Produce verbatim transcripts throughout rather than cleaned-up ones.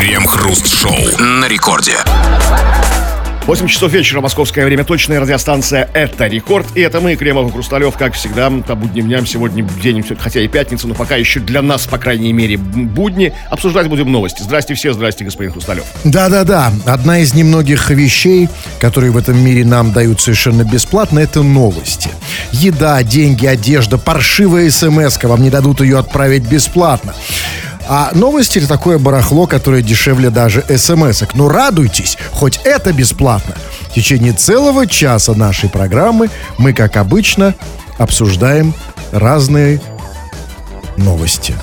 Крем-хруст-шоу на рекорде. восемь часов вечера, московское время, точная радиостанция «Это Рекорд». И это мы, Кремов и Хрусталев, как всегда, по будним дням. Сегодня день, хотя и пятница, но пока еще для нас, по крайней мере, будни. Обсуждать будем новости. Здрасте все, здрасте, господин Хрусталев. Да-да-да, одна из немногих вещей, которые в этом мире нам дают совершенно бесплатно, это новости. Еда, деньги, одежда, паршивая смс-ка, вам не дадут ее отправить бесплатно. А новости — это такое барахло, которое дешевле даже смс-ок. Но радуйтесь, хоть это бесплатно. В течение целого часа нашей программы мы, как обычно, обсуждаем разные новости.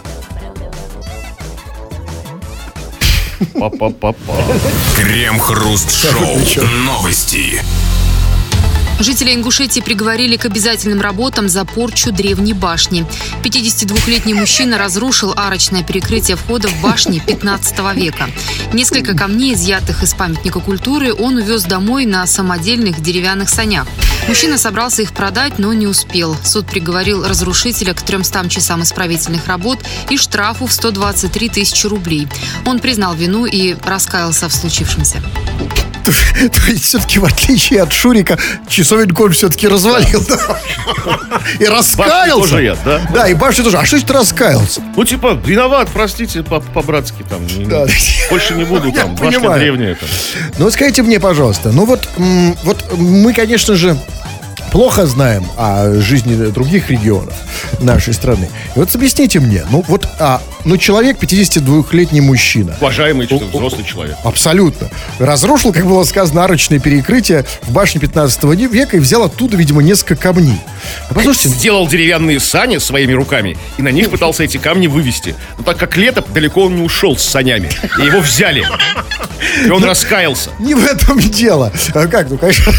Па-па-па-па. Крем-хруст-шоу. Новости. Жители Ингушетии приговорили к обязательным работам за порчу древней башни. пятидесятидвухлетний мужчина разрушил арочное перекрытие входа в башни пятнадцатого века. Несколько камней, изъятых из памятника культуры, он увез домой на самодельных деревянных санях. Мужчина собрался их продать, но не успел. Суд приговорил разрушителя к трёмстам часам исправительных работ и штрафу в сто двадцать три тысячи рублей. Он признал вину и раскаялся в случившемся. То есть, все-таки, в отличие от Шурика, часовенку он все-таки развалил. Да. И раскаялся. Тоже я, да? Да, и башня тоже. А что это раскаялся? Ну, типа, виноват, простите, по- по-братски там. Да. Больше не буду Я там. понимаю. Башня древняя там. Ну, вот скажите мне, пожалуйста, ну вот, м, вот мы, конечно же, плохо знаем о жизни других регионов нашей страны. И вот объясните мне, ну вот, а, ну человек, пятидесятидвухлетний мужчина. Уважаемый что, взрослый человек. Абсолютно. Разрушил, как было сказано, арочное перекрытие в башне пятнадцатого века и взял оттуда, видимо, несколько камней. А послушайте, Сделал деревянные сани своими руками и на них пытался эти камни вывести. Но так как лето, далеко он не ушел с санями. И его взяли. И он раскаялся. не в этом дело. А как, ну, конечно,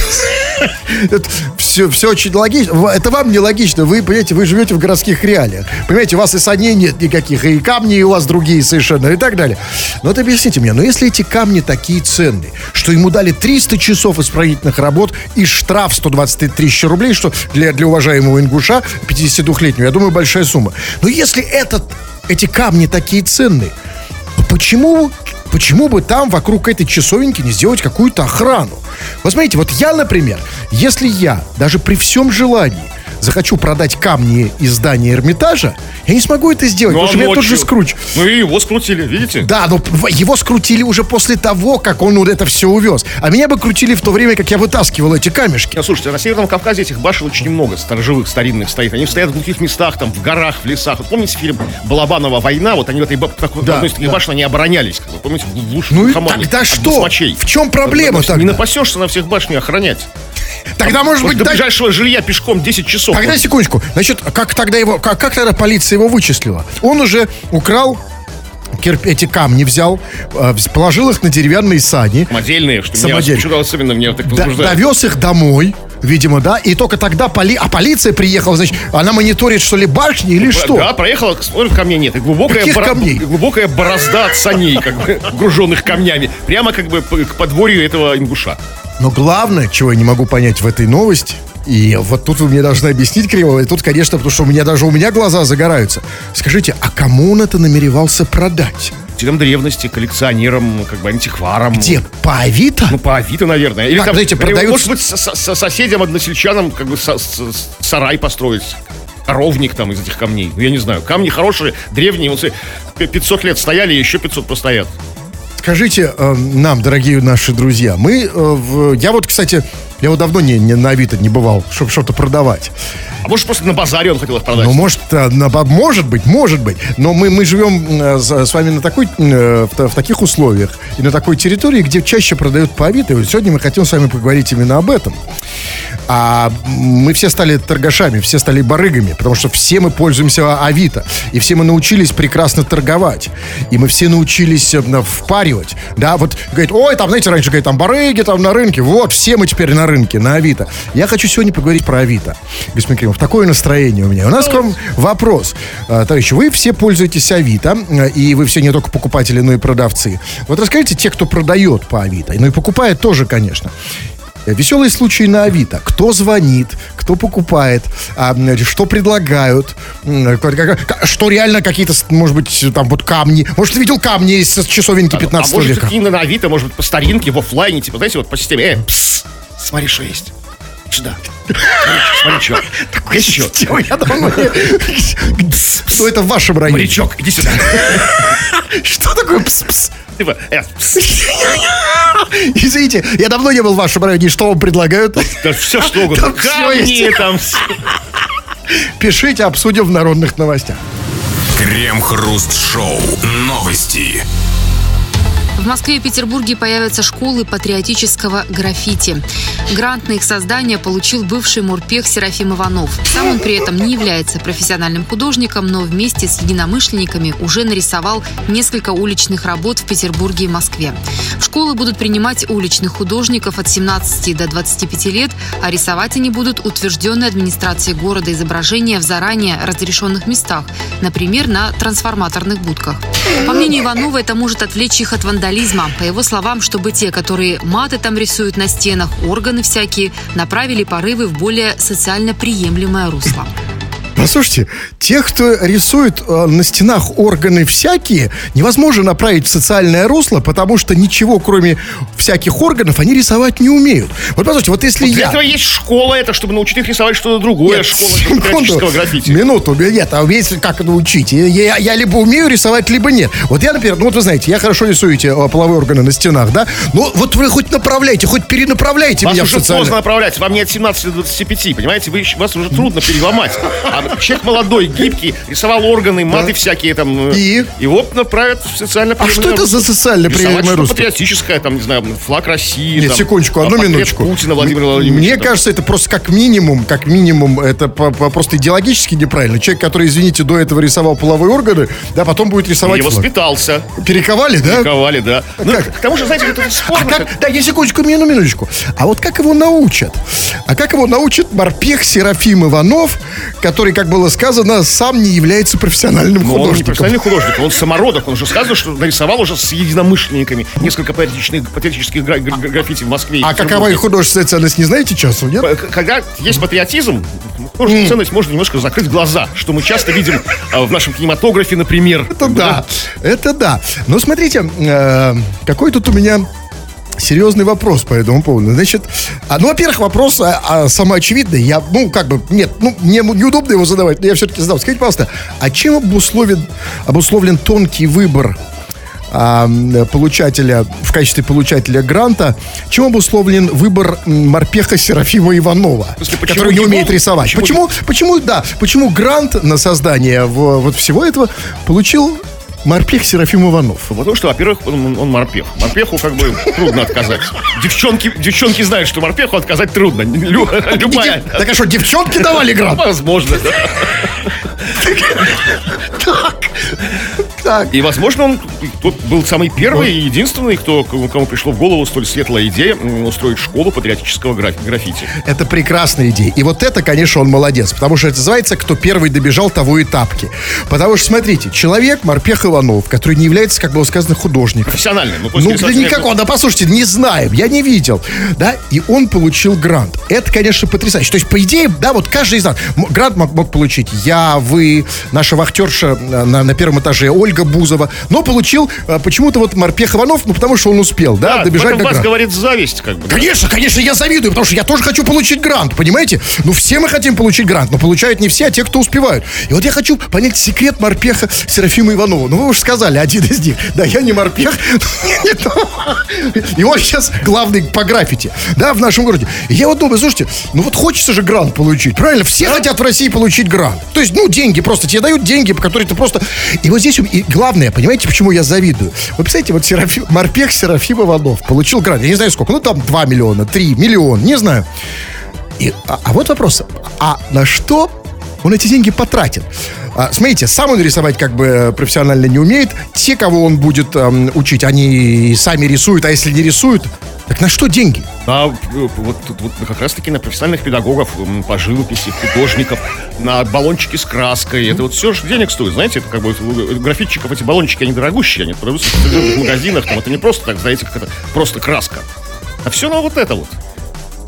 это все, все очень логично. Это вам не логично. Вы, понимаете, вы живете в городских реалиях. Понимаете, у вас и саней нет никаких, и камни у вас другие совершенно, и так далее. Но вот объясните мне, но если эти камни такие ценные, что ему дали триста часов исправительных работ и штраф сто двадцать три тысячи рублей, что для, для уважаемого ингуша, пятидесятидвухлетнего, я думаю, большая сумма. Но если этот, эти камни такие ценные, то почему... Почему бы там вокруг этой часовенки не сделать какую-то охрану? Вот смотрите, вот я, например, если я даже при всем желании захочу продать камни из здания Эрмитажа, я не смогу это сделать, Ну, а потому что меня тут ночью? же скрутят. Ну и его скрутили, видите? Да, но его скрутили уже после того, как он вот это все увез. А меня бы крутили в то время, как я вытаскивал эти камешки. Ну, слушайте, на Северном Кавказе этих башен очень много, сторожевых, старинных стоит. Они стоят в глухих местах, там, в горах, в лесах. Вот помните фильм Балабанова «Война»? Вот они в этой б- такой, Да, в одной из таких да. башен, они оборонялись. Как бы, помните, в глуши Ну и Хамане, тогда от что? басмачей. В чем проблема Не тогда? напасешься на всех башни охранять. Тогда, может быть, До дать- ближайшего жилья пешком десять часов. Тогда секундочку. Значит, как тогда его, как, как тогда полиция его вычислила? Он уже украл кирп- эти камни, взял, э, положил их на деревянные сани, Самодельные, что Самодельные. меня почему-то особенно меня так до- возбуждает. довез их домой, видимо, да, и только тогда поли... а полиция приехала, значит, она мониторит, что ли, башни или что? Да, проехала, смотрит, камней нет. И глубокая, Каких камней? и глубокая борозда от саней, как бы, груженных камнями. Прямо как бы п- к подворью этого ингуша. Но главное, чего я не могу понять в этой новости, и вот тут вы мне должны объяснить, Кремова, и тут, конечно, потому что у меня даже у меня глаза загораются. Скажите, а кому он это намеревался продать? Людям древности, коллекционерам, как бы антикварам. Где? По Авито? Ну, по Авито, наверное. Или Так, там, подождите, или, продают- может быть, со- со- соседям, односельчанам, как бы со- с- сарай построить. Коровник там из этих камней. Ну, я не знаю. Камни хорошие, древние. Вот, пятьсот лет стояли, еще пятьсот простоят. Скажите э, нам, дорогие наши друзья, мы, э, в, я вот, кстати, я вот давно не, не на Авито не бывал, чтобы что-то продавать. А может, просто на базаре он хотел их продать. Ну, может, э, на- может быть, может быть. Но мы, мы живем э, с, с вами на такой, э, в, в таких условиях и на такой территории, где чаще продают по Авито. И вот сегодня мы хотим с вами поговорить именно об этом. А мы все стали торгашами, все стали барыгами, потому что все мы пользуемся Авито. И все мы научились прекрасно торговать. И мы все научились э, впаривать. Да, вот, говорит, ой, там, знаете, раньше, говорит, там барыги там на рынке. Вот, все мы теперь на рынке, на Авито. Я хочу сегодня поговорить про Авито. Господин Кремов, такое настроение у меня. У нас к вам вопрос. А, товарищи, вы все пользуетесь Авито, и вы все не только покупатели, но и продавцы. Вот расскажите, те, кто продает по Авито, ну и покупает тоже, конечно. Веселые случаи на Авито. Кто звонит, кто покупает, а, что предлагают, что реально какие-то, может быть, там вот камни. Может, ты видел камни из часовенки пятнадцатого а, а века? может, какие на Авито, может быть, по старинке, в офлайне, типа, знаете, вот по системе, э, пс, смотри, что есть. Сюда. Смотри, что. Есть еще? Что это в вашем районе? Морячок, иди сюда. Что такое пс-пс? Типа, э, пс. Извините, я давно не был в вашем районе. Что вам предлагают? Да все что угодно. Там всё Камни, есть. там все. Пишите, обсудим в народных новостях. Крем-хруст-шоу. Новости. В Москве и Петербурге появятся школы патриотического граффити. Грант на их создание получил бывший морпех Серафим Иванов. Сам он при этом не является профессиональным художником, но вместе с единомышленниками уже нарисовал несколько уличных работ в Петербурге и Москве. В школы будут принимать уличных художников от семнадцати до двадцати пяти лет, а рисовать они будут утвержденные администрацией города изображения в заранее разрешенных местах, например, на трансформаторных будках. По мнению Иванова, это может отвлечь их от вандализма. По его словам, чтобы те, которые маты там рисуют на стенах, органы всякие, направили порывы в более социально приемлемое русло. Послушайте, тех, кто рисует э, на стенах органы всякие, невозможно направить в социальное русло, потому что ничего, кроме всяких органов, они рисовать не умеют. Вот послушайте, вот если Вот для я... этого есть школа, это чтобы научить их рисовать что-то другое. Нет, Школа секунду, патриотического граффити. Минуту, нет, а если как научить? Я, я, я либо умею рисовать, либо нет. Вот я, например, ну вот вы знаете, я хорошо рисую эти э, половые органы на стенах, да? Ну вот вы хоть направляйте, хоть перенаправляйте Вас меня уже в социальное... поздно направлять, вам не от семнадцати до двадцати пяти, понимаете? Вы, вас уже трудно переломать. А человек молодой, гибкий, рисовал органы, маты Да. всякие там. И? И вот направят в социально А что это за социально приемлемое Рисовать русло? патриотическое, там, не знаю, флаг России. Нет, там, секундочку, одну портрет минуточку. Путина Владимира Владимировича. Мне там. кажется, это просто как минимум, как минимум, это по- по- просто идеологически неправильно. Человек, который, извините, до этого рисовал половые органы, да, потом будет рисовать И флаг. воспитался. Перековали, да? Перековали, да. Ну, как? к тому же, знаете, вот это А спорно. как, да, я секундочку, мину, минуточку. А вот как его научат? А как его научит морпех Серафим Иванов, который, как было сказано, сам не является профессиональным Но он не художником? профессиональный художник, он самородок. Он уже сказано, что нарисовал уже с единомышленниками несколько патриотичных, патриотических гра- гра- граффити в Москве. и А Петербурге. какова их художественная ценность, не знаете часу, нет? К- Когда есть патриотизм, художественная ценность можно немножко закрыть глаза, что мы часто видим а, в нашем кинематографе, например. Это да, это да. Но смотрите, э, какой тут у меня серьезный вопрос по этому поводу. Значит, а, ну, во-первых, вопрос а, а, самоочевидный. Я, ну, как бы, нет, ну, мне неудобно его задавать, но я все-таки задам. Скажите, пожалуйста, а чем обусловлен, обусловлен тонкий выбор а, получателя, в качестве получателя гранта, чем обусловлен выбор м, морпеха Серафима Иванова, смысле, почему который не его? умеет рисовать? Почему? Почему, почему, да, почему грант на создание в- вот всего этого получил морпех Серафим Иванов? Потому что, во-первых, он, он морпех. Морпеху как бы трудно отказать. Девчонки, девчонки знают, что морпеху отказать трудно. Лю- любая. Так а что, девчонки давали грант? Возможно, да. Так. И, возможно, он тот был самый первый и единственный, кто, кому пришло в голову столь светлая идея м, устроить школу патриотического граф- граффити. Это прекрасная идея. И вот это, конечно, он молодец. Потому что это называется «Кто первый добежал, того и тапки». Потому что, смотрите, человек, морпех Иванов, который не является, как было сказано, художником. Профессиональный. Ну, после Ну, да рисования- никакого, да послушайте, не знаем, я не видел, да, и он получил грант. Это, конечно, потрясающе. То есть, по идее, да, вот каждый из нас, м- грант мог, мог получить я, вы, наша вахтерша э, на, на первом этаже, Ольга Бузова, но получил э, почему-то вот морпех Иванов, ну, потому что он успел, да, Да, в добежать этом до вас гранта. говорит зависть, как бы. да. Конечно, конечно, я завидую, потому что я тоже хочу получить грант, понимаете? Ну, все мы хотим получить грант, но получают не все, а те, кто успевают. И вот я хочу понять секрет морпеха Серафима Иванова. Ну, вы уже сказали, один из них. Да, я не морпех. И он сейчас главный по граффити, да, в нашем городе. И я вот думаю, слушайте, ну вот хочется же грант получить, правильно? Все хотят в России получить грант. То есть, ну, деньги просто, тебе дают деньги, по которые ты просто... И вот здесь, и главное, понимаете, почему я завидую? Вы представляете, вот Серафим, морпех Серафим Иванов получил грант, я не знаю сколько, ну там два миллиона, три, миллион, не знаю. И, а, а вот вопрос, а на что он эти деньги потратит? А, смотрите, сам он рисовать как бы профессионально не умеет. Те, кого он будет эм, учить, они сами рисуют, а если не рисуют, так на что деньги? Да, э, вот тут вот как раз-таки на профессиональных педагогов м, по живописи, художников, на баллончики с краской. Это вот все же денег стоит. Знаете, это как бы у графитчиков эти баллончики, они дорогущие, они продаются в определенных магазинах. Там это не просто так, знаете, как это просто краска. А все на вот это вот.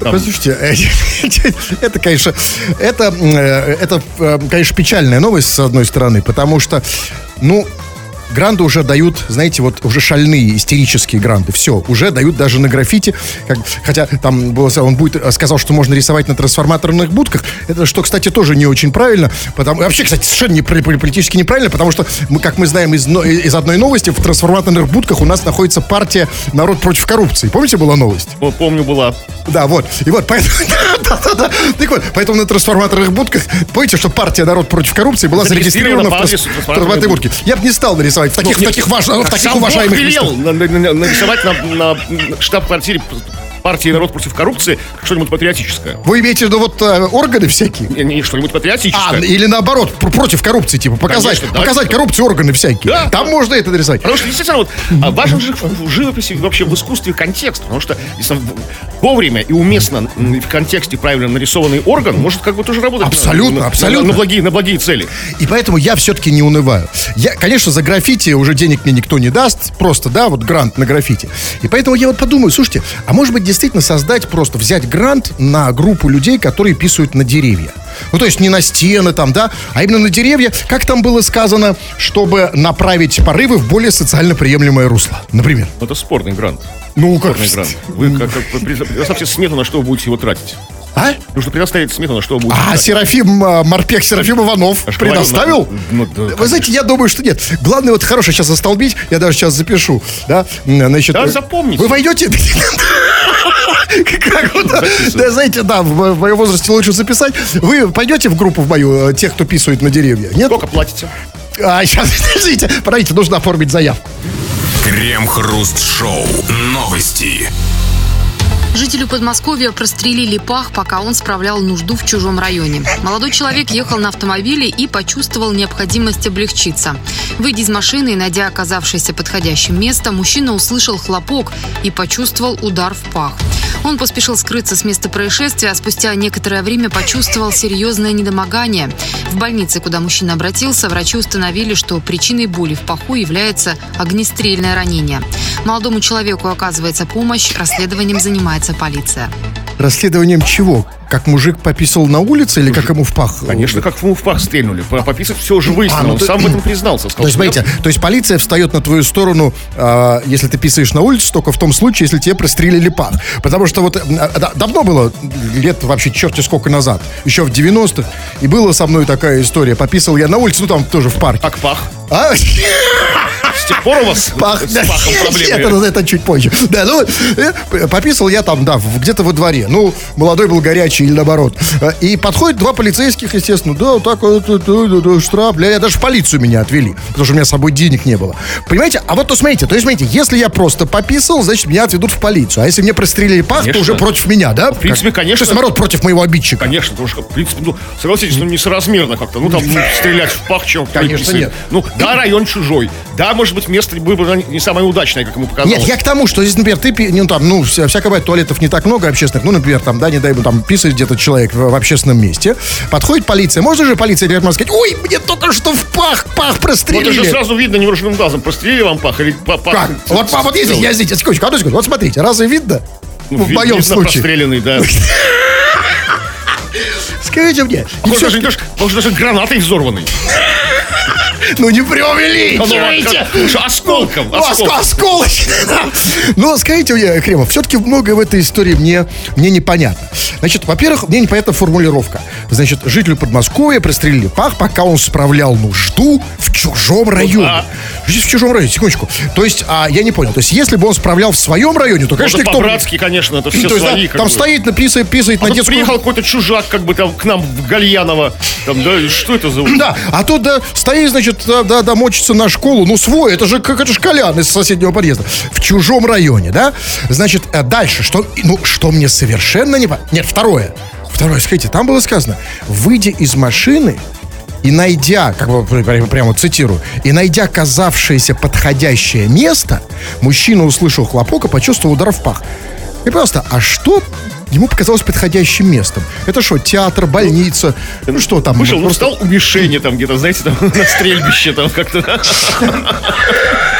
Там. Послушайте, это, конечно, это, это, конечно, печальная новость, с одной стороны, потому что, ну, гранды уже дают, знаете, вот уже шальные, истерические гранды. Все, уже дают даже на граффити. Как, хотя там было, он будет, сказал, что можно рисовать на трансформаторных будках. Это, что, кстати, тоже не очень правильно. Потому, вообще, кстати, совершенно не, политически неправильно, потому что, мы, как мы знаем из, из одной новости, в трансформаторных будках у нас находится партия «Народ против коррупции». Помните, была новость? Помню, была. Да, вот. И вот, поэтому... Так вот, поэтому на трансформаторных будках, помните, что партия «Народ против коррупции» была зарегистрирована в трансформаторной будке. Я бы не стал нарисовать в таких, ну, в таких, важ... в таких уважаемых велел нарисовать на, на штаб-квартире партии «Народ против коррупции» что-нибудь патриотическое. Вы имеете в виду вот э, органы всякие? Не, не, что-нибудь патриотическое. А, или наоборот, пр- против коррупции, типа, показать, Конечно, показать да, коррупцию органы всякие. Да, Там да. можно это нарисовать. Потому что, действительно, вот, важен же в живописи, вообще в искусстве контекст. Потому что если вовремя и уместно в контексте правильно нарисованный орган, может как бы тоже работать. Абсолютно, на, абсолютно. На, на, благие, на благие цели. И поэтому я все-таки не унываю. Я, конечно, за граффити уже денег мне никто не даст. Просто, да, вот грант на граффити. И поэтому я вот подумаю, слушайте, а может быть действительно создать просто взять грант на группу людей, которые писают на деревья. Ну, то есть не на стены там, да, а именно на деревья, как там было сказано, чтобы направить порывы в более социально приемлемое русло, например. Это спорный грант. Ну, как? Спорный грант. Вы как, как, предоставьте смету, на что вы будете его тратить. А? Нужно предоставить смету, на что вы будете А, тратить. Серафим, Морпех Серафим Иванов Аж предоставил? Ну, да, Вы знаете, я думаю, что нет. Главное, вот хорошо сейчас застолбить, я даже сейчас запишу, да, значит... Да, запомните. Вы войдете... Как вот, да, знаете, да, в моем возрасте лучше записать. Вы пойдете в группу в мою, тех, кто писает на деревья? Нет? Сколько платите? А, сейчас, подождите, подождите, нужно оформить заявку. Крем-хруст-шоу. Новости. Жителю Подмосковья прострелили пах, пока он справлял нужду в чужом районе. Молодой человек ехал на автомобиле и почувствовал необходимость облегчиться. Выйдя из машины и найдя оказавшееся подходящим место, мужчина услышал хлопок и почувствовал удар в пах. Он поспешил скрыться с места происшествия, а спустя некоторое время почувствовал серьезное недомогание. В больнице, куда мужчина обратился, врачи установили, что причиной боли в паху является огнестрельное ранение. Молодому человеку оказывается помощь, расследованием занимается полиция. Расследованием чего? Как мужик пописал на улице или как ему в пах? Конечно, как ему в пах стрельнули. Пописать все уже выяснено. А, ну, он ты... сам в этом признался. Сказал, то есть, смотрите, я... то есть полиция встает на твою сторону, э, если ты писаешь на улице, только в том случае, если тебе прострелили пах. Потому что вот э, давно было, лет вообще черти сколько назад, еще в девяностых, и была со мной такая история. Пописал я на улице, ну там тоже в парке. Как пах? А? С тех пор у вас пах, с пахом проблемы? Это, это чуть позже. Да, ну, пописал я там, да, где-то во дворе. Ну, молодой был горячий или наоборот. И подходят два полицейских, естественно. Да, вот так вот, штраф. Я даже в полицию меня отвели, потому что у меня с собой денег не было. Понимаете? А вот то смотрите, то есть, смотрите, если я просто пописал, значит, меня отведут в полицию. А если мне прострелили пах, конечно, то уже против меня, да? В принципе, как? конечно. То есть, наоборот, против моего обидчика. Конечно, потому что, в принципе, ну, согласитесь, ну, несоразмерно как-то. Ну, там, ну, стрелять в пах, чем конечно, нет. Ну, да, район чужой. Да, может быть, место было не самое удачное, как ему показалось. Нет, я к тому, что здесь, например, ты, ну, там, ну, всякое бывает, туалетов не так много общественных. Ну, например, там, да, не дай ему там писать где-то человек в, в общественном месте. Подходит полиция. Можно же полиция, говорит, можно сказать, ой, мне только что в пах, пах прострелили. Вот это же сразу видно невооруженным глазом, прострелили вам пах или пах. Как? Вот, вот здесь, я здесь, секундочку, одну секунду. Вот смотрите, разве видно? Ну, в моем случае. Простреленный, да. Скажите мне. Может, даже гранатой взорванной. Ну не преувеличивайте! Осколком! Осколочно! Но скажите мне, Кремов, все-таки многое в этой истории мне, мне непонятно. Значит, во-первых, мне непонятна формулировка. Значит, жителю Подмосковья прострелили пах, пока он справлял нужду в чужом районе. А... В чужом районе, секундочку. То есть, а, я не понял. То есть, если бы он справлял в своем районе, то, конечно, никто... по-братски, конечно, это все то есть, свои. Да, там бы. Стоит, написает, писает а на детскую... приехал какой-то чужак, как бы там к нам в Гальяново. Там, да, что это за... Да, а тут, да, стоит, значит, да, да, да, мочится на школу. Ну, свой, это же, как это же Колян из соседнего подъезда. В чужом районе, да? Значит, дальше, что, ну, что мне совершенно не понятно. Нет, второе. Второе, смотрите, там было сказано, выйдя из машины и найдя, как бы прямо цитирую, и найдя казавшееся подходящее место, мужчина услышал хлопок и почувствовал удар в пах. И просто, а что ему показалось подходящим местом? Это что, театр, больница? Ну что там? Вышел, ну, просто... ну, встал у мишени там где-то, знаете, там на стрельбище там как-то.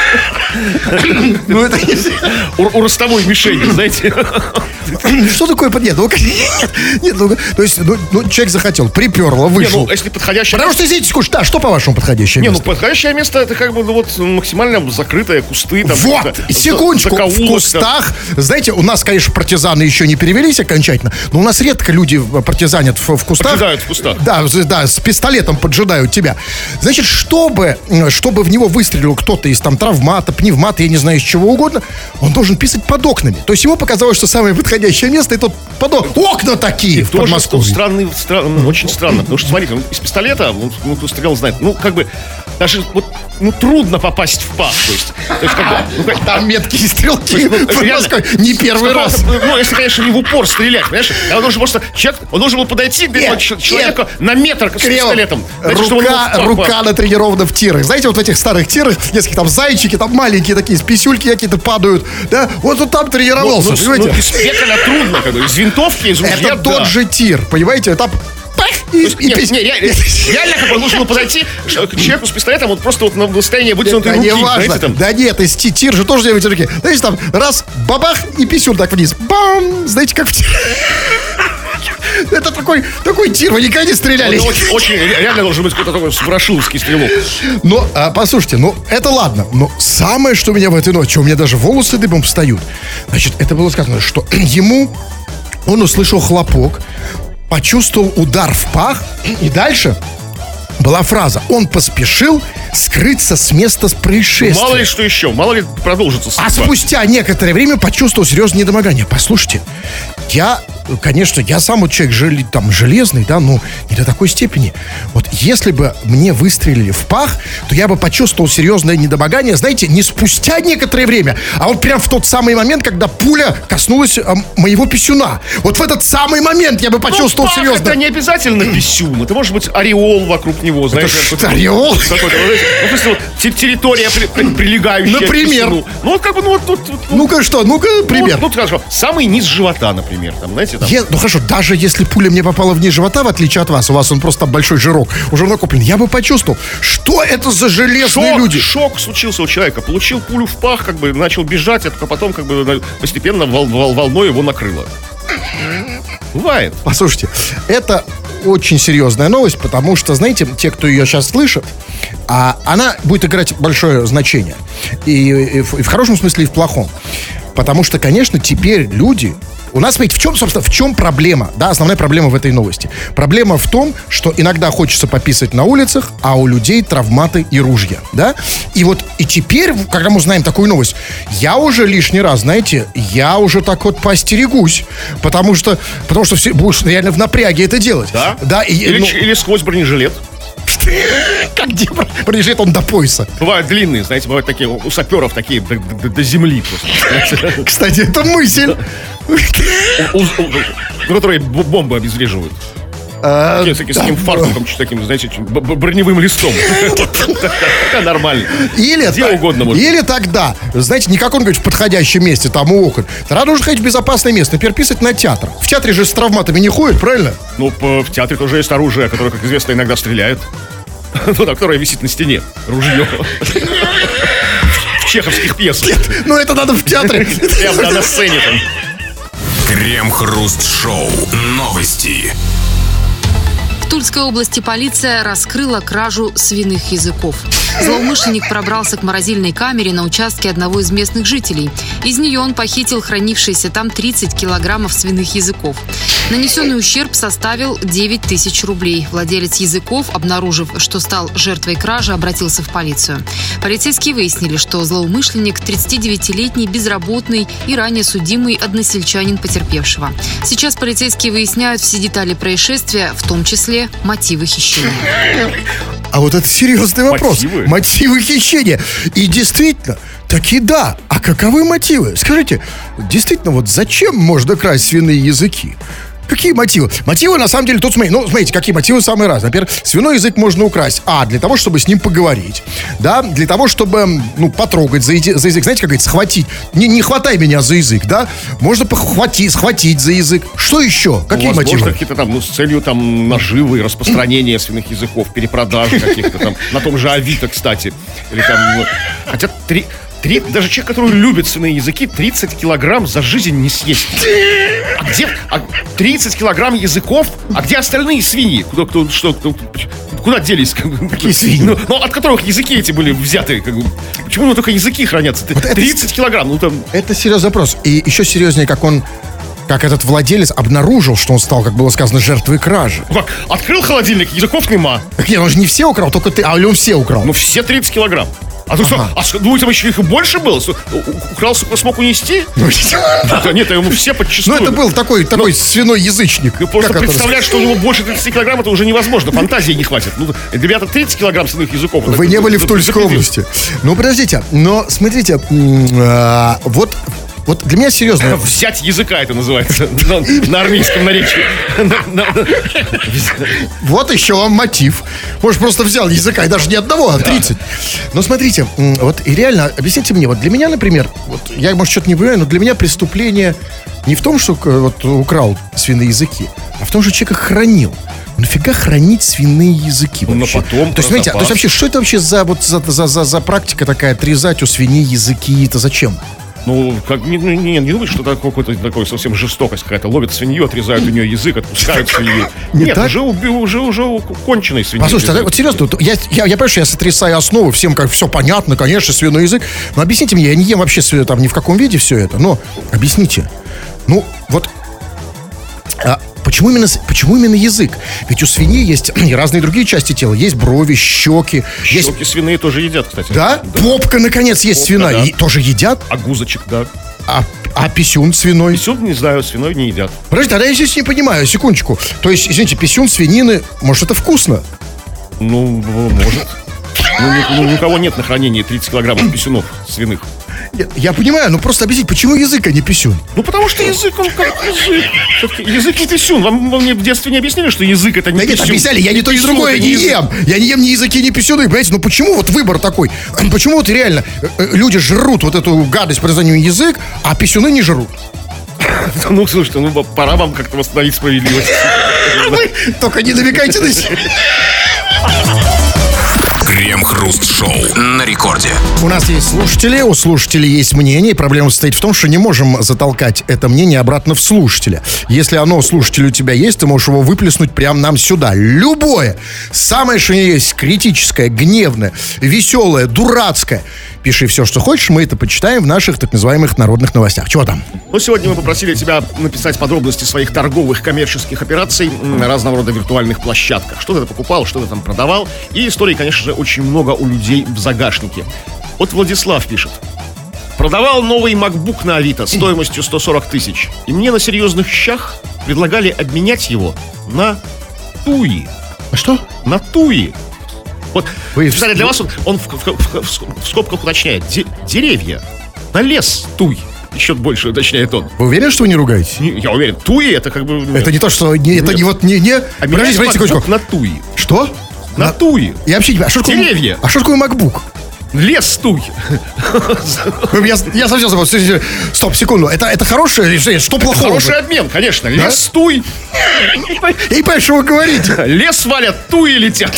Ну, это... У, у ростовой мишени, знаете. Что такое? Нет, ну, нет, нет, ну, то есть, ну, ну, человек захотел, приперло, вышел. Не, ну, если подходящее Потому место... что, извините, скучно, да, что по-вашему подходящее Не, место? ну, подходящее место, это как бы, ну, вот, максимально закрытое, кусты. Там, Вот, секундочку, закоулок, в кустах. Там. Знаете, у нас, конечно, партизаны еще не перевелись окончательно, но у нас редко люди партизанят в, в кустах. Поджидают в кустах. Да, да, с пистолетом поджидают тебя. Значит, чтобы, чтобы в него выстрелил кто-то из там травмата, пневмата, я не знаю, из чего угодно, он должен писать под окнами. То есть ему показалось, что самое подходящее место это под ок- окна такие И в тоже Подмосковье. странный, странный, очень странно, потому что, смотрите, из пистолета, ну, кто стрелял, знает, ну, как бы, даже вот, ну, трудно попасть в пах, то есть, то есть как бы, ну, как, Там меткие стрелки есть, ну, в Подмосковье. Не первый раз. Ну, если, конечно, не в упор стрелять, понимаешь? Он должен просто, человек, он должен был подойти к Нет, человеку нет. на метр с Криво. пистолетом. Знаете, чтобы он Рука, мог в пах рука натренирована в тирах. Знаете, вот в этих старых тирах, несколько там зайчики, там маленькие такие, с писюльки какие-то падают. Да, вот он там тренировался, ну, понимаете? Ну, из пекаля трудно, как бы, из винтовки, из ружья, Это тот да. же тир, понимаете? Там пах, и, Есть, и нет, пись- нет, реально, реально, как бы, нужно было подойти к человеку с пистолетом, вот просто вот на состоянии вытянутой Да руки, не важно. знаете, там. Да нет, из ти- тир же тоже не вытянуты руки. Знаете, там раз, бабах, и писюн так вниз. Бам! Знаете, как в тир. Это такой, такой тир, вы никогда не стреляли. Он очень, очень, реально должен быть какой-то такой ворошиловский стрелок. Но, а, послушайте, ну, это ладно. Но самое, что у меня в этой ночи, у меня даже волосы дыбом встают. Значит, это было сказано, что ему, он услышал хлопок, почувствовал удар в пах, и дальше была фраза: он поспешил скрыться с места с происшествия. Мало ли что еще, мало ли продолжится судьба. А спустя некоторое время почувствовал серьезное недомогание. Послушайте, я, конечно, я сам вот человек жел- там, железный, да, но не до такой степени. Вот если бы мне выстрелили в пах, то я бы почувствовал серьезное недомогание, знаете, не спустя некоторое время, а вот прям в тот самый момент, когда пуля коснулась а, моего писюна. Вот в этот самый момент я бы почувствовал ну, пах, серьезно. это не обязательно писюн, это может быть ореол вокруг него, знаешь. что, ореол? Какой-то, ну, в смысле, вот, те- территория, при- при- прилегающая Например? к писюну. Ну, вот как бы, ну, вот тут... вот, ну, Ну-ка что, ну-ка, пример. Ну, вот, хорошо, самый низ живота, например, там, знаете, там... Я- ну хорошо, даже если пуля мне попала вниз живота, в отличие от вас, у вас он просто там большой жирок, уже накоплен, я бы почувствовал, что это за железные Шок, люди. шок случился у человека. Получил пулю в пах, как бы начал бежать, а потом как бы постепенно вол- вол- волной его накрыло. Бывает. Послушайте, это очень серьезная новость, потому что, знаете, те, кто ее сейчас слышит, а, она будет играть большое значение. И, и в, и в хорошем смысле, и в плохом. Потому что, конечно, теперь люди... У нас, смотрите, в чем, собственно, в чем проблема, да, основная проблема в этой новости? Проблема в том, что иногда хочется пописать на улицах, а у людей травматы и ружья, да? И вот, и теперь, когда мы узнаем такую новость, я уже лишний раз, знаете, я уже так вот поостерегусь, потому что, потому что все, будешь реально в напряге это делать. Да? Да, и, Или, ну, ч- или сквозь бронежилет. как где бронежилет он до пояса. Бывают длинные, знаете, бывают такие, у саперов такие до, до- до земли просто. Кстати, это мысль. У- у- у- Которые б- бомбы обезвреживают. А, Такие, такие, с таким фартуком, чуть таким, знаете, чуть б- б- броневым листом. Это нормально. Или, Где та- угодно может. или тогда, знаете, не как он говорит, в подходящем месте, там у окон. Тогда нужно ходить в безопасное место. Например, писать на театр. В театре же с травматами не ходят, правильно? Ну, п- в театре тоже есть оружие, которое, как известно, иногда стреляет. Ну, да, которое висит на стене. Ружье. В чеховских пьесах. Ну, это надо в театре. Прямо на сцене там. Крем-хруст-шоу. Новости. В Тульской области полиция раскрыла кражу свиных языков. Злоумышленник пробрался к морозильной камере на участке одного из местных жителей. Из нее он похитил хранившиеся там тридцать килограммов свиных языков. Нанесенный ущерб составил девять тысяч рублей. Владелец языков, обнаружив, что стал жертвой кражи, обратился в полицию. Полицейские выяснили, что злоумышленник – тридцатидевятилетний, безработный и ранее судимый односельчанин потерпевшего. Сейчас полицейские выясняют все детали происшествия, в том числе мотивы хищения. А вот это серьезный вопрос. Мотивы? Мотивы хищения. И действительно, таки да. А каковы мотивы? Скажите, действительно, вот зачем можно красть свиные языки? Какие мотивы? Мотивы, на самом деле, тут, смотрите, ну, смотрите, какие мотивы самые разные. Например, свиной язык можно украсть. А, для того, чтобы с ним поговорить. Да, для того, чтобы, ну, потрогать за, за язык. Знаете, как говорится, схватить. Не, не хватай меня за язык, да? Можно похватить, схватить за язык. Что еще? Какие ну, возможно, мотивы? какие-то там, ну, с целью там наживы, распространения свиных языков, перепродажи каких-то там. На том же Авито, кстати. Или там, ну, хотя три... Три, даже человек, который любит свиные языки, тридцать килограмм за жизнь не съесть. А где? А тридцать килограмм языков? А где остальные свиньи? Куда, кто, что, кто, куда делись? Какие свиньи? Ну, ну, от которых языки эти были взяты. Как бы. Почему ну, только языки хранятся? Вот тридцать это, килограмм. Ну, там... Это серьезный вопрос. И еще серьезнее, как он... Как этот владелец обнаружил, что он стал, как было сказано, жертвой кражи. Как? Открыл холодильник, языков нема. Так нет, он же не все украл, только ты. А или он все украл? Ну, все тридцать килограмм. А то ага. что, а думаете, еще их и больше было? Украл, смог унести? Нет, ему все подчистую. Ну, это был такой, такой Но... свиной язычник. Ты просто представляешь, что у него больше тридцати килограмм, это уже невозможно, фантазии не хватит. Ну, ребята, тридцать килограмм свиных языков. Вы не были в Тульской области. Ну, подождите, но смотрите, вот... Вот для меня серьезно. Взять языка это называется на, на армейском наречии. Вот еще вам мотив. Может, просто взял языка, и даже не одного, а тридцать. Но смотрите, вот и реально, объясните мне, вот для меня, например, вот я, может, что-то не понимаю, но для меня преступление не в том, что вот украл свиные языки, а в том, что человек их хранил. Нафига хранить свиные языки вообще? Ну, потом, то есть, знаете, то есть вообще, что это вообще за, вот, за, за, за, за практика такая, отрезать у свиней языки, это зачем? Ну, как, не, не, не думай, что это какой-то такой совсем жестокость какая-то. Ловят свинью, отрезают у нее язык, отпускают свинью. Не Нет, так? уже, уже, уже конченой свиньи. Послушайте, а, вот серьезно, вот, я, я, я понимаю, что я сотрясаю основы, всем как все понятно, конечно, свиной язык. Но объясните мне, я не ем вообще там ни в каком виде все это, но объясните. Ну, вот... А, Почему именно, почему именно язык? Ведь у свиньи есть и разные другие части тела. Есть брови, щеки. Щеки есть... свиные тоже едят, кстати. Да? да. Попка, наконец, есть Попка, свиная. Да. И тоже едят? А гузочек, да. А, а писюн свиной? Писюн, не знаю, свиной не едят. Подождите, тогда я здесь не понимаю, секундочку. То есть, извините, писюн свинины, может, это вкусно? Ну, может. Ну, ни, ну, никого нет на хранении тридцать килограммов писюнов свиных. Я, я понимаю, но просто объясните, почему язык, а не писюн? Ну, потому что язык, он как язык. Все-таки язык не писюн. Вам, вам мне в детстве не объяснили, что язык это не да писюн? Нет, объясняли, я ни то, ни другое не ем. Я не ем ни языки, ни писюны, понимаете? Ну, почему вот выбор такой? Почему вот реально люди жрут вот эту гадость под названием язык, а писюны не жрут? Ну, слушайте, ну, пора вам как-то восстановить справедливость. Только не намекайте на себя. Крем-хруст-шоу на рекорде. У нас есть слушатели, у слушателей есть мнение. Проблема состоит в том, что не можем затолкать это мнение обратно в слушателя. Если оно, слушатель, у тебя есть, ты можешь его выплеснуть прямо нам сюда. Любое, самое что ни есть, критическое, гневное, веселое, дурацкое. Пиши все, что хочешь, мы это почитаем в наших так называемых народных новостях. Чего там? Ну, сегодня мы попросили тебя написать подробности своих торговых коммерческих операций на разного рода виртуальных площадках. Что ты покупал, что ты там продавал. И историй, конечно же, очень много у людей в загашнике. Вот Владислав пишет. Продавал новый MacBook на Авито стоимостью сто сорок тысяч. И мне на серьезных щах предлагали обменять его на туи. А что? На туи. Вот, Вы... специально для вас он, он в, в, в, в скобках уточняет. Де, деревья. На лес туй. Еще больше уточняет он. Вы уверены, что вы не ругаетесь? Не, я уверен. Туи это как бы... Ну, это не то, что... Не, это не вот... Не, не... А подождите, подождите секундочку. На туи. Что? На, на туи. Я вообще не... А что такое... Деревья. А что такое MacBook? Лес туй. Я, я совсем забыл. Стоп, секунду. Это, это хорошее решение? Что плохого? Хороший обмен, конечно. Да? Лес туй. Я не понимаю, что вы говорите. Лес валят, туи летят.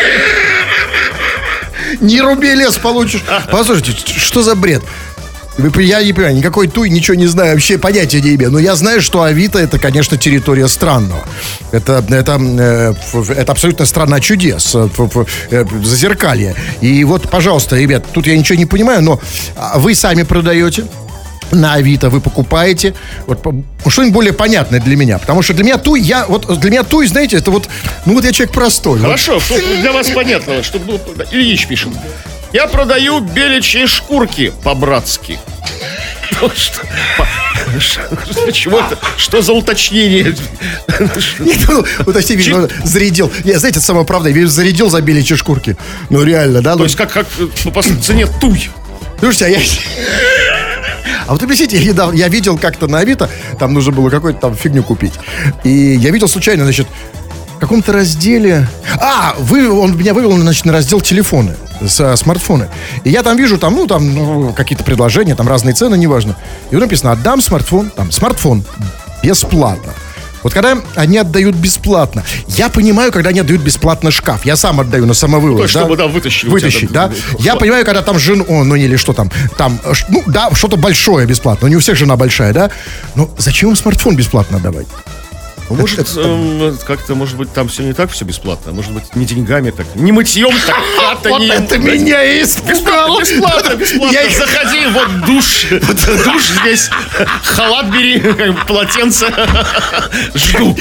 Не руби лес, получишь. Послушайте, что за бред? Я не понимаю, никакой туй, ничего не знаю, вообще понятия не имею. Но я знаю, что Авито это, конечно, территория странного. Это, это, это абсолютно страна чудес, зазеркалье. И вот, пожалуйста, ребят, тут я ничего не понимаю, но вы сами продаете на Авито, вы покупаете вот, что-нибудь более понятное для меня. Потому что для меня туй, я, вот, для меня туй, знаете, это вот, ну вот я человек простой. Хорошо, вот. Для вас понятно, чтобы Ильич пишет. Я продаю беличьи шкурки по-братски. Чего это? Что за уточнение? Уточнение, зарядил. Я, знаете, это самое правда, я зарядил за беличьи шкурки. Ну реально, да? То есть как по цене туй. Слушайте, а я... А вот объясните, я, недавно- я видел как-то на Авито, там нужно было какую-то там фигню купить. И я видел случайно, значит, в каком-то разделе... А, вы, он меня вывел, значит, на раздел телефоны, с, смартфоны. И я там вижу, там, ну, там, ну, какие-то предложения, там разные цены, неважно. И вот написано, отдам смартфон, там, смартфон бесплатно. Вот когда они отдают бесплатно, я понимаю, когда они отдают бесплатно шкаф. Я сам отдаю на самовывоз. То есть, да? чтобы, да, вытащили. Вытащить, да? Я понимаю, когда там жена, о, ну или что там, там, ш- ну да, что-то большое бесплатно. Не у всех жена большая, да? Но зачем им смартфон бесплатно давать? Может, Это- эм, как-то, может быть, там все не так все бесплатно. Может быть, не деньгами так, не мытьем, так хата Вот не... это меня и Бесплатно, испугало. бесплатно, бесплатно. Я- Заходи, вот душ, вот душ здесь, халат бери, полотенце, жду.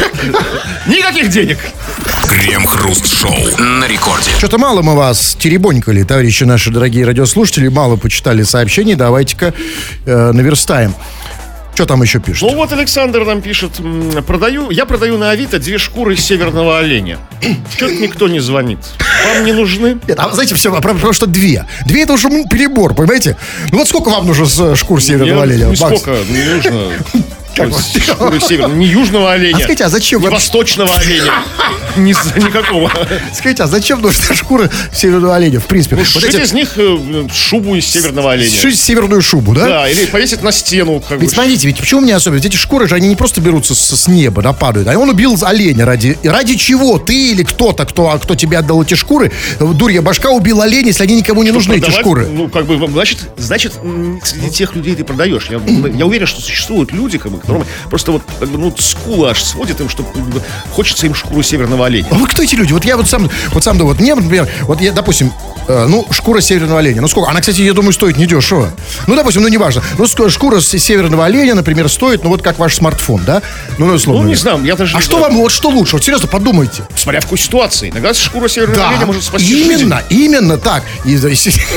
Никаких денег. Крем-хруст-шоу на рекорде. Что-то мало мы вас теребонькали, товарищи наши дорогие радиослушатели. Мало почитали сообщений. Давайте-ка э, наверстаем. Что там еще пишут? Ну вот Александр нам пишет, м, продаю, я продаю на Авито две шкуры северного оленя. Что-то никто не звонит. Вам не нужны? Нет, а знаете, все, потому что две. Две это уже м, перебор, понимаете? Ну вот сколько вам нужно с э, шкур северного Мне оленя? Макс? нисколько не нужно. Как Вот вы? шкуры северного, не южного оленя. А скажите, а зачем не вообще- восточного оленя. Ни, никакого. Скажите, а зачем нужна шкура северного оленя? В принципе, Ну, вот сшить эти- из них э, шубу из северного оленя. сшить северную шубу, да? Да, или повесить на стену. Как Ведь бы. смотрите, ведь почему мне особенно? Ведь эти шкуры же, они не просто берутся с, с неба, да, падают. А он убил оленя ради... и ради чего? Ты или кто-то, кто, кто тебе отдал эти шкуры, дурья башка, убил оленя, если они никому не нужны, эти Продавать, шкуры. Ну, как бы, значит, значит, м, среди тех людей ты продаешь. Я, я уверен, что существуют люди, как бы, которым просто вот, как бы, ну, скула аж сводит им, что как бы, хочется им шкуру северного оленя. А вы кто эти люди? Вот я вот сам, вот сам, да, вот мне, например, вот я, допустим, э, ну, шкура северного оленя, ну сколько? Она, кстати, я думаю, стоит недешево. Ну, допустим, ну, неважно. Ну, ск- шкура с- северного оленя, например, стоит, ну, вот как ваш смартфон, да? Ну, ну, условно. Ну, не говоря. знаю, я даже А не что знаю. вам, вот что лучше? Вот серьезно, подумайте. Смотря в какой ситуации. Иногда шкура северного Да, оленя может спасти жизнь. именно, именно так. И, и-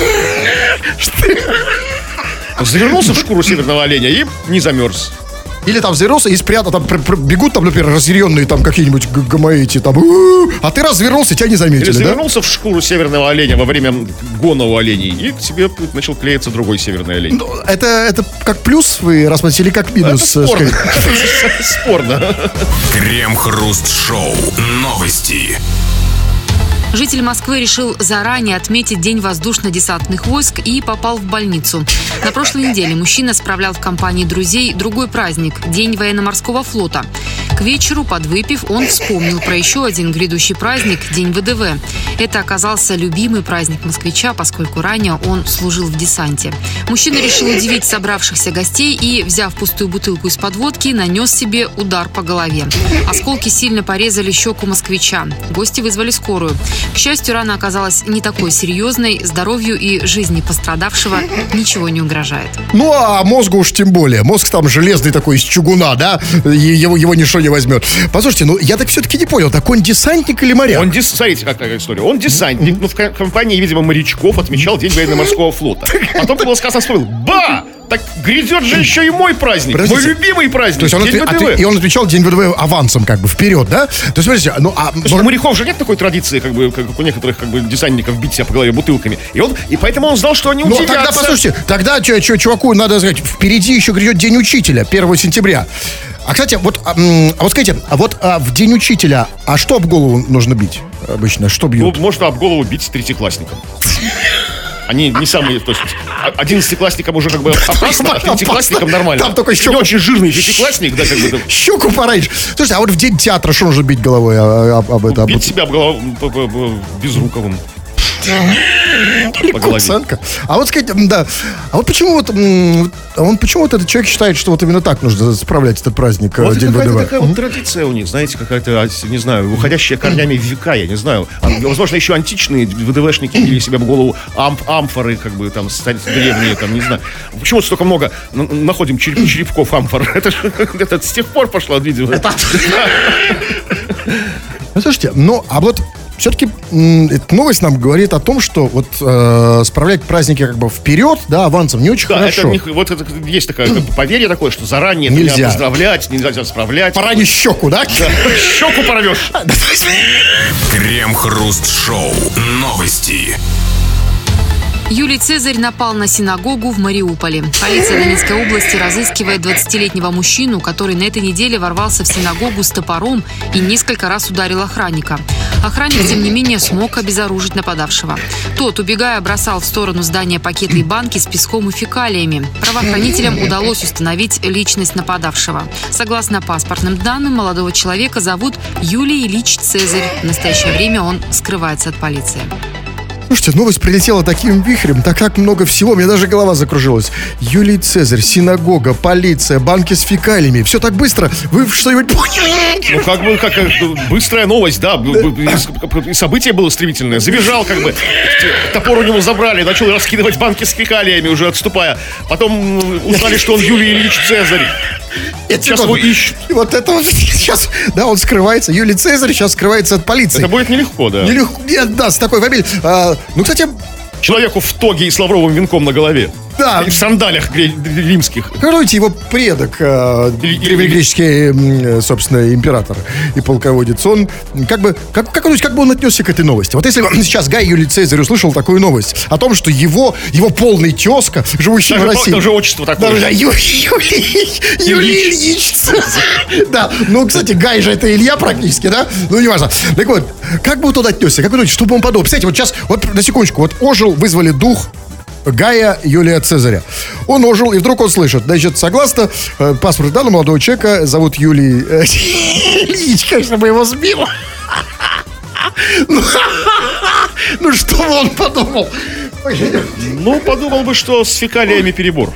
Завернулся в шкуру северного оленя и не замерз. Или там завернулся и спрятал, там пр- пр- бегут там, например, разъяренные там какие-нибудь г- гамаити, там, «У-у-у», а ты развернулся, тебя не Или заметили, да? завернулся в шкуру северного оленя во время гона у оленей, и к тебе начал клеиться другой северный олень. Ну, это, это как плюс вы рассматриваете или как минус? Это э, спорно. скажите? Спорно. Крем-хруст-шоу. Новости. Житель Москвы решил заранее отметить День воздушно-десантных войск и попал в больницу. На прошлой неделе мужчина справлял в компании друзей другой праздник – День военно-морского флота. К вечеру, подвыпив, он вспомнил про еще один грядущий праздник – День ВДВ. Это оказался любимый праздник москвича, поскольку ранее он служил в десанте. Мужчина решил удивить собравшихся гостей и, взяв пустую бутылку из-под водки, нанес себе удар по голове. Осколки сильно порезали щеку москвича. Гости вызвали скорую. К счастью, рана оказалась не такой серьезной, здоровью и жизни пострадавшего ничего не угрожает. Ну, а мозгу уж тем более. Мозг там железный такой, из чугуна, да? И его, его ничто не возьмет. Послушайте, ну, я так все-таки не понял, так он десантник или моряк? Он дес... Смотрите, какая история. Он десантник, ну, в ко- компании, видимо, морячков отмечал День военно-морского флота. Потом, как было сказано, вспомнил, ба! Так грядет же еще и мой праздник, Подождите. мой любимый праздник, То есть он День отве- ВДВ. отве- и он отвечал День ВДВ авансом, как бы, вперед, да? То есть, смотрите, ну, а... Потому что у моряков же нет такой традиции, как бы, как у некоторых, как бы, десантников бить себя по голове бутылками. И он, и поэтому он знал, что они Ну, удивятся. тогда, послушайте, тогда чё, чё, чуваку надо сказать, впереди еще грядет День учителя, первого сентября. А, кстати, вот, а, м, а вот скажите, а вот а, в День учителя, а что об голову нужно бить обычно? Что Ну, бьют? можно об голову бить третьеклассникам. Они не самые, то есть, одиннадцатиклассникам уже как бы опасно, а третьеклассникам нормально. Там только еще- Или очень жирный третьеклассник, да, как бы, там, Щеку пораньше. Слушайте, а вот в День театра что нужно бить головой а, об, об это? об- бить себя об голову, по- по- по- безруковым. По голове. Курсантка. А вот сказать, м, да. А вот почему вот м, а он почему вот этот человек считает, что вот именно так нужно справлять этот праздник э, Вот День какая-то ВДВ? такая вот традиция у них, знаете, какая-то, а, не знаю, уходящая корнями в века, я не знаю. А, возможно, еще античные ВДВшники били себе в голову амп, амфоры, как бы там ста- древние, там, не знаю. Почему столько много на- находим череп- черепков амфор? Это, ж- это с тех пор пошло, видимо. Ну, слушайте, ну, а вот все-таки эта новость нам говорит о том, что вот э, справлять праздники как бы вперед, да, авансом не очень Да, хорошо. это не- вот это есть такое как бы поверье такое, что заранее Нельзя. нельзя поздравлять, нельзя тебя справлять. Поранишь щеку, да? Щеку порвешь. Крем-хруст-шоу. Новости. Юлий Цезарь напал на синагогу в Мариуполе. Полиция Донецкой области разыскивает двадцатилетнего мужчину, который на этой неделе ворвался в синагогу с топором и несколько раз ударил охранника. Охранник, тем не менее, смог обезоружить нападавшего. Тот, убегая, бросал в сторону здания пакеты и банки с песком и фекалиями. Правоохранителям удалось установить личность нападавшего. Согласно паспортным данным, молодого человека зовут Юлий Ильич Цезарь. В настоящее время он скрывается от полиции. Слушайте, новость прилетела таким вихрем, так как много всего, мне даже голова закружилась. Юлий Цезарь, синагога, полиция, банки с фекалиями. Все так быстро. Вы что-нибудь поняли? Ну, как бы, как быстрая новость, да. И событие было стремительное. Забежал, как бы, топор у него забрали, начал раскидывать банки с фекалиями, уже отступая. Потом узнали, что он Юлий Ильич Цезарь. Сейчас его ищут. И вот это вот сейчас, да, он скрывается. Юлий Цезарь сейчас скрывается от полиции. Это будет нелегко, да. Нелегко, нет, да, с такой фамилией. А, ну, кстати... Человеку в тоге и с лавровым венком на голове. Да. И в сандалях римских. Короче, его предок, э, древнегреческий, э, собственно, император и полководец, он как бы, как, как, как бы он отнесся к этой новости? Вот если сейчас Гай Юлий Цезарь услышал такую новость о том, что его, его полный тезка, живущий даже в России... Даже отчество такое. Даже, да, Юлий, Юлий Ильич Цезарь. Да, ну, кстати, Гай же это Илья практически, да? Ну, неважно. Так вот, как бы он туда отнесся? Как вы думаете, что бы он подумал? Представляете, вот сейчас, вот на секундочку, вот ожил, вызвали дух Гая Юлия Цезаря. Он ожил, и вдруг он слышит. Значит, согласно э, паспорту данного молодого человека, зовут Юлий э, Ильич, конечно, бы его сбил. Ну, что бы он подумал? Ну, подумал бы, что с фекалиями перебор.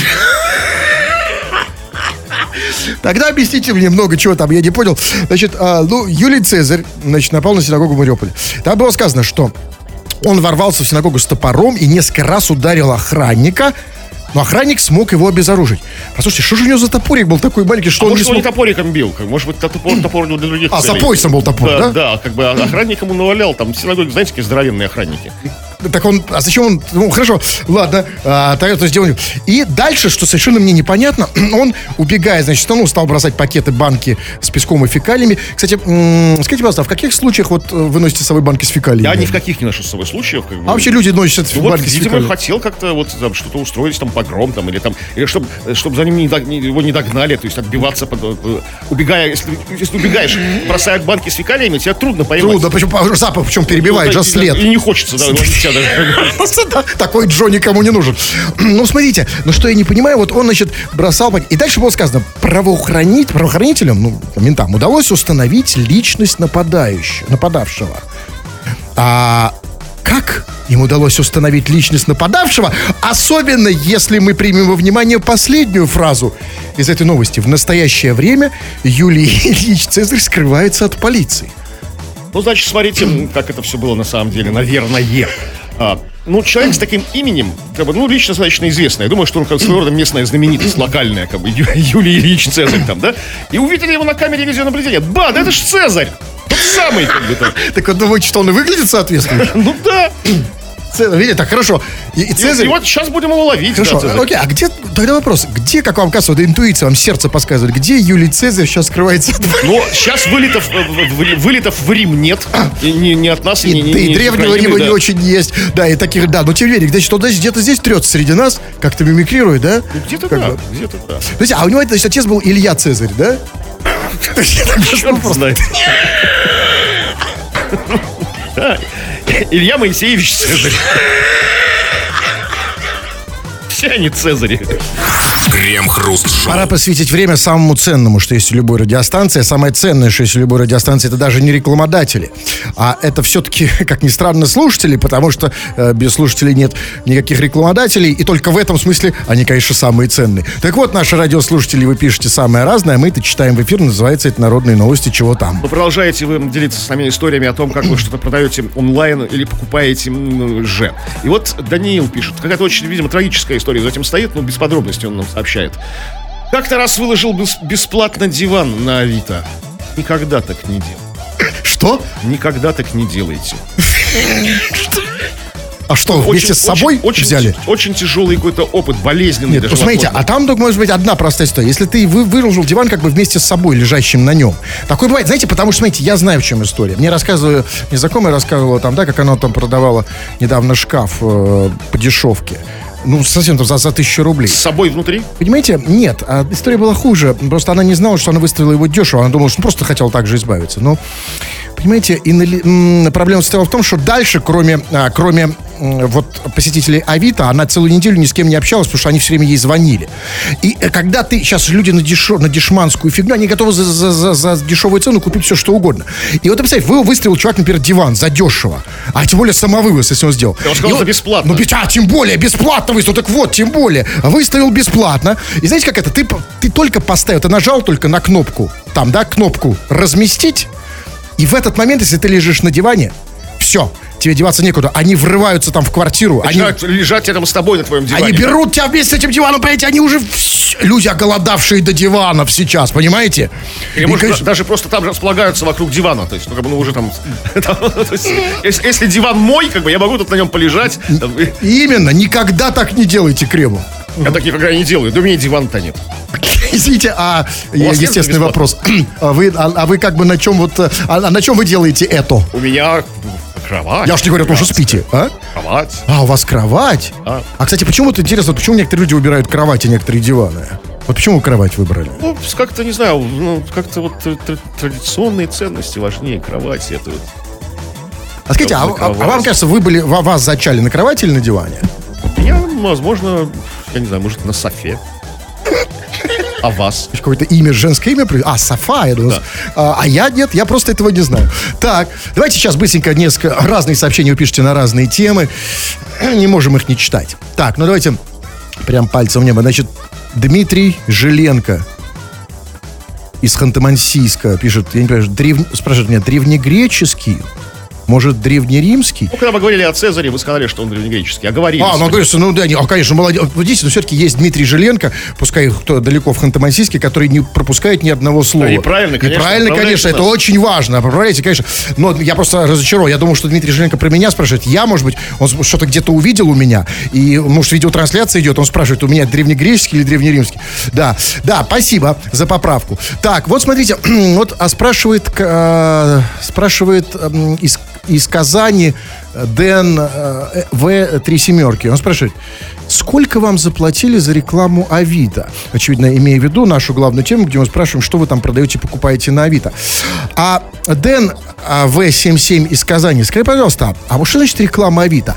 Тогда объясните мне много чего там, я не понял. Значит, а, ну, Юлий Цезарь, значит, напал на синагогу в Мариуполе. Там было сказано, что он ворвался в синагогу с топором и несколько раз ударил охранника, но охранник смог его обезоружить. Послушайте, что же у него за топорик был такой маленький, что а он может, не смог... он не топориком бил, может быть, топор, топор для других А, целей. за поясом был топор, да? Да, да, как бы охранник ему навалял, там в синагоге, знаете, какие здоровенные охранники. Так он, а зачем он, ну хорошо, ладно, а, так это сделали. И дальше, что совершенно мне непонятно, он, убегая, значит, ну, стал бросать пакеты, банки с песком и фекалиями. Кстати, м- скажите, пожалуйста, а в каких случаях вот вы носите с собой банки с фекалиями? Я ни в каких не ношу с собой случаев. Как бы. А вообще люди носят ну, банки вот, с видимо, фекалиями. хотел как-то вот там что-то устроить, там, погром, там, или там, или чтобы, чтобы за ним не, не, его не догнали, то есть отбиваться, под, убегая, если, если убегаешь, бросая банки с фекалиями, тебе трудно поймать. Трудно, почему, запах, причем перебивает ну, же след. И, и не хочется, да, ловить тебя даже. Такой Джо никому не нужен. Ну, смотрите, ну что я не понимаю, вот он, значит, бросал... И дальше было сказано, правоохранитель, правоохранителям, ну, ментам, удалось установить личность нападающего, нападавшего. А как им удалось установить личность нападавшего? Особенно, если мы примем во внимание последнюю фразу из этой новости. В настоящее время Юлий Ильич Цезарь скрывается от полиции. Ну, значит, смотрите, как это все было на самом деле, наверное. А, ну, человек с таким именем, как бы, ну, лично достаточно известный. Я думаю, что он как своего рода местная знаменитость, локальная, как бы, Ю, Юлий Ильич Цезарь там, да? И увидели его на камере видеонаблюдения. Ба, да это ж Цезарь! Тот самый, как бы, там. Так вы думаете, что он и выглядит соответствующе? Ну, да. Цезарь, видите, так хорошо. И, и Цезарь... И, и вот сейчас будем его ловить. Хорошо, да, окей, а где, тогда вопрос, где, как вам кажется, вот интуиция, вам сердце подсказывает, где Юлий Цезарь сейчас скрывается? Ну, сейчас вылетов, вылетов в Рим нет, и не, не от нас, и, И, не, не, да, и не древнего Украины, Рима да. не очень есть, да, и таких, да, но тем не менее, значит, он где-то здесь трется среди нас, как-то мимикрирует, да? Ну, где-то Как да, бы. где-то да. Знаете, а у него, значит, отец был Илья Цезарь, да? Черт знает. Да. Илья Моисеевич Цезарь. Все они Цезари. Крем-хруст-шоу. Пора посвятить время самому ценному, что есть у любой радиостанции. Самое ценное, что есть у любой радиостанции, это даже не рекламодатели. А это все-таки, как ни странно, слушатели, потому что э, без слушателей нет никаких рекламодателей. И только в этом смысле они, конечно, самые ценные. Так вот, наши радиослушатели, вы пишете самое разное, а мы это читаем в эфир. Называется это «Народные новости. Чего там?». Вы продолжаете вы делиться с нами историями о том, как вы что-то продаете онлайн или покупаете м, же. И вот Даниил пишет. Какая-то очень, видимо, трагическая история за этим стоит, но без подробностей он нам сообщает. Как-то раз выложил бес- бесплатно диван на Авито. Никогда так не делайте. Что? Никогда так не делайте. А что, вместе с собой очень, взяли? Очень, очень тяжелый какой-то опыт, болезненный. Нет, даже, посмотрите, возможно. а там только может быть одна простая история. Если ты вы, выложил диван как бы вместе с собой, лежащим на нем. Такое бывает, знаете, потому что, смотрите, я знаю, в чем история. Мне рассказывала, мне знакомая рассказывала там, да, как она там продавала недавно шкаф э, по дешевке. Ну, совсем там за, за тысячу рублей. С собой внутри? Понимаете, нет, а история была хуже. Просто она не знала, что она выставила его дешево. Она думала, что просто хотела так же избавиться. Но, понимаете, и нали... м- проблема состояла в том, что дальше, кроме, а, кроме м- вот посетителей Авито, она целую неделю ни с кем не общалась, потому что они все время ей звонили. И э, когда ты... Сейчас люди на, дешев... на дешманскую фигню, они готовы за, за, за, за дешевую цену купить все, что угодно. И вот, представьте, вы выставил чувак, например, диван за дешево. А тем более самовывоз, если он сделал. Я сказал, И за бесплатно. Ну, а, тем более, бесплатно выставил. Так вот, тем более. Выставил бесплатно. И знаете, как это? Ты, ты только поставил, ты нажал только на кнопку, там, да, кнопку «разместить», и в этот момент, если ты лежишь на диване, все, тебе деваться некуда. Они врываются там в квартиру. Они, Начинают лежать рядом с тобой на твоем диване. они берут тебя вместе с этим диваном, понимаете, они уже... вс- Люди, оголодавшие до диванов сейчас, понимаете? Или, И, может, конечно, даже просто там же располагаются вокруг дивана. То есть, ну, как бы, ну, уже там... там, то есть, если, если диван мой, как бы, я могу тут на нем полежать. Там, и- Именно, никогда так не делайте, Кремов. я так никогда не делаю. Да у меня дивана-то нет. Извините, а У вас нет естественный бесплатно? вопрос. А вы, а, а вы как бы на чем вот... А, а на чем вы делаете это? У меня кровать. Я уж не говорю, потому что спите, а? Кровать. А, у вас кровать? А. А, кстати, почему вот интересно, почему некоторые люди выбирают кровать, а некоторые диваны? Вот почему вы кровать выбрали? Ну, как-то, не знаю, ну, как-то вот тр- тр- традиционные ценности важнее кровати. Это вот. А скажите, а, на а- а кровать. вам кажется, вы были, ва- вас зачали на кровати или на диване? Меня, возможно, я не знаю, может, на софе. А вас? Какое-то имя, женское имя? при- А, Софа, я думаю. Да. А, а я нет, я просто этого не знаю. Так, давайте сейчас быстренько несколько разные сообщения вы пишете на разные темы. Не можем их не читать. Так, ну давайте прям пальцем в небо. Значит, Дмитрий Жиленко из Ханты-Мансийска пишет, я не понимаю, древ... спрашивает меня, древнегреческий? Может, древнеримский? Ну, когда мы говорили о Цезаре, вы сказали, что он древнегреческий. А говорили. А, ну, говорится, ну, да, не, а, конечно, молодец. Вот здесь, но все-таки есть Дмитрий Жиленко, пускай кто далеко в Ханты-Мансийске, который не пропускает ни одного слова. Да, и правильно, конечно, И правильно, поправляйте конечно, это нас. очень важно. Поправляйте, конечно. Но я просто разочарован. Я думал, что Дмитрий Жиленко про меня спрашивает. Я, может быть, он что-то где-то увидел у меня, и, может, видеотрансляция идет, он спрашивает, у меня древнегреческий или древнеримский. Да, да, спасибо за поправку. Так, вот смотрите, вот а спрашивает, э, спрашивает э, из, из Казани Дэн э, В три семерки. Он спрашивает, сколько вам заплатили за рекламу Авито? Очевидно, имея в виду нашу главную тему, где мы спрашиваем, что вы там продаете, покупаете на Авито. А Дэн В семь семь из Казани, скажи, пожалуйста, а вот что значит реклама Авито?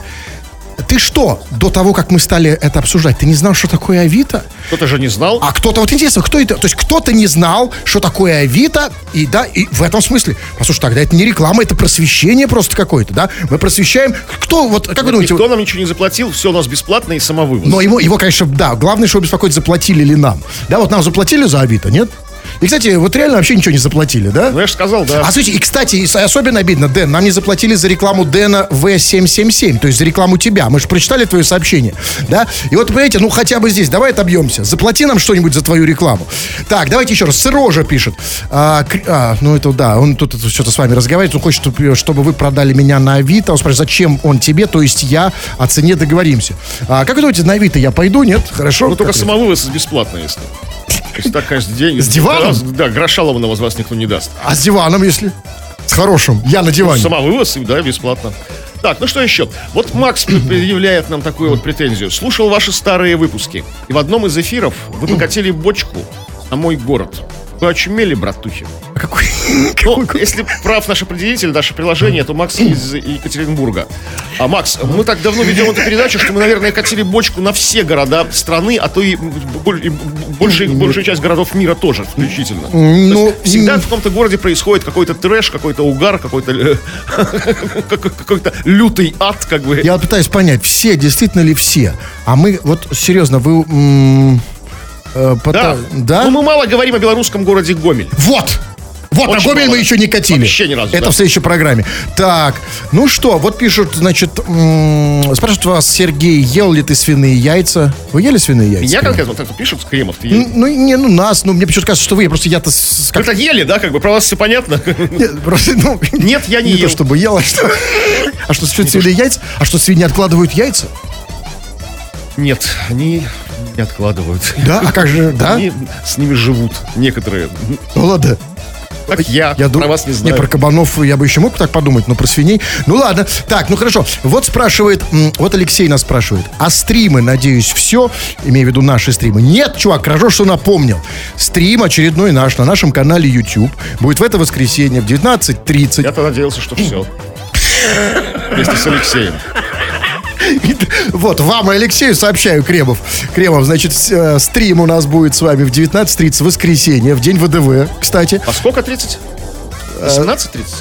Ты что, до того, как мы стали это обсуждать, ты не знал, что такое Авито? Кто-то же не знал. А кто-то, вот интересно, кто это? То есть кто-то не знал, что такое Авито, и да, и в этом смысле. Послушай, тогда это не реклама, это просвещение просто какое-то, да? Мы просвещаем. Кто, вот, как вы думаете? Никто нам ничего не заплатил, все у нас бесплатно и самовывоз. Но его, его, конечно, да, главное, что беспокоить, заплатили ли нам. Да, вот нам заплатили за Авито, нет? И, кстати, вот реально вообще ничего не заплатили, да? Ну, я же сказал, да. А, слушайте, и, кстати, и особенно обидно, Дэн, нам не заплатили за рекламу Дэна В семь семь семь, то есть за рекламу тебя. Мы же прочитали твое сообщение, да? И вот, понимаете, ну, хотя бы здесь, давай отобьемся. Заплати нам что-нибудь за твою рекламу. Так, давайте еще раз. Сырожа пишет. А, кр- а, ну, это да, он тут что-то с вами разговаривает, он хочет, чтобы- чтобы вы продали меня на Авито. Он спрашивает, зачем он тебе, то есть я о цене договоримся. А, как вы думаете, на Авито я пойду, нет? Хорошо? Ну, только Как- самовывоз бесплатно, если. То есть так, конечно, деньги. С диваном? Да, гроша ломаного с вас никто не даст. А с диваном, если? С хорошим. Я на диване. Самовывоз, да, бесплатно. Так, ну что еще? Вот Макс предъявляет нам такую вот претензию. Слушал ваши старые выпуски. И в одном из эфиров вы покатили бочку на мой город. Вы очумели, братухи. А какой? Ну, если прав наш определитель, наше приложение, то Макс из Екатеринбурга. А, Макс, мы так давно ведем эту передачу, что мы, наверное, катили бочку на все города страны, а то и боль- и большая, большая часть городов мира тоже включительно. То Ну, есть всегда в каком-то городе происходит какой-то трэш, какой-то угар, какой-то э, какой-то лютый ад, как бы. Я вот пытаюсь понять, все, действительно ли все? А мы, вот, серьезно, вы... м, э, Да. пота- да? Ну, мы мало говорим о белорусском городе Гомель. Вот! Вот, Очень а Гомель мало. мы еще не катили. Вообще ни разу, Это да. в следующей программе. Так, ну что, вот пишут, значит, м- спрашивают вас, Сергей, ел ли ты свиные яйца? Вы ели свиные яйца? Меня конкретно вот это пишут, Кремов, ты ели. Н- Ну, не, ну нас, ну мне почему-то кажется, что вы, я просто я-то с- как... Вы-то ели, да, как бы, про вас все понятно? Нет, просто, ну, Нет, я не не ел. то чтобы ел, а что... А что, что свиные яйца? А что, свиньи откладывают яйца? Нет, они не откладывают. Да? А как же, да? Они с ними живут некоторые. Ну ладно. Как я, Я про дум- вас не знаю. про кабанов я бы еще мог так подумать, но про свиней. Ну ладно. Так, ну хорошо. Вот спрашивает, м, вот Алексей нас спрашивает. А стримы, надеюсь, все? Имею в виду наши стримы. Нет, чувак, хорошо, что напомнил. Стрим очередной наш на нашем канале YouTube будет в это воскресенье в девятнадцать тридцать. Я-то надеялся, что все. Вместе с Алексеем. Вот, вам и Алексею сообщаю, Кремов. Кремов, значит, с- э, стрим у нас будет с вами в девятнадцать тридцать, воскресенье, в день ВДВ, кстати. А сколько тридцать? восемнадцать тридцать?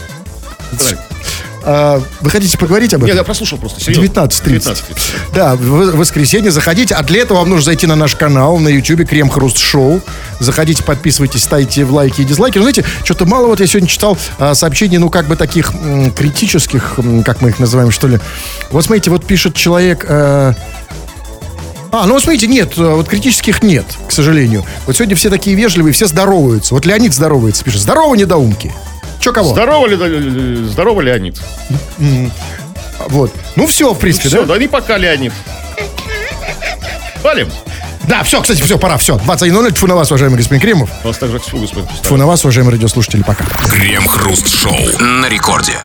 А, вы хотите поговорить об этом? Нет, я прослушал просто, серьезно. девятнадцать тридцать. девятнадцать тридцать. Да, в воскресенье заходите. А для этого вам нужно зайти на наш канал на YouTube Крем Хруст Шоу. Заходите, подписывайтесь, ставите в лайки и дизлайки. Но знаете, что-то мало вот я сегодня читал а, сообщений, ну, как бы таких м, критических, м, как мы их называем, что ли. Вот смотрите, вот пишет человек... э, А, ну вот смотрите, нет, э, вот критических нет, к сожалению. Вот сегодня все такие вежливые, все здороваются. Вот Леонид здоровается, пишет. Здорово, недоумки. Че кого? Здорово, ли, здорово, Леонид? Вот. Ну все, в принципе, Все, да? да не пока, Леонид. Валим. Да, все, кстати, все, пора, все. двадцать один ноль ноль. Тьфу на вас, уважаемый господин Кремов. У вас также тьфу, господин. Тьфу на вас, уважаемые радиослушатели, пока. Крем-хруст-шоу на рекорде.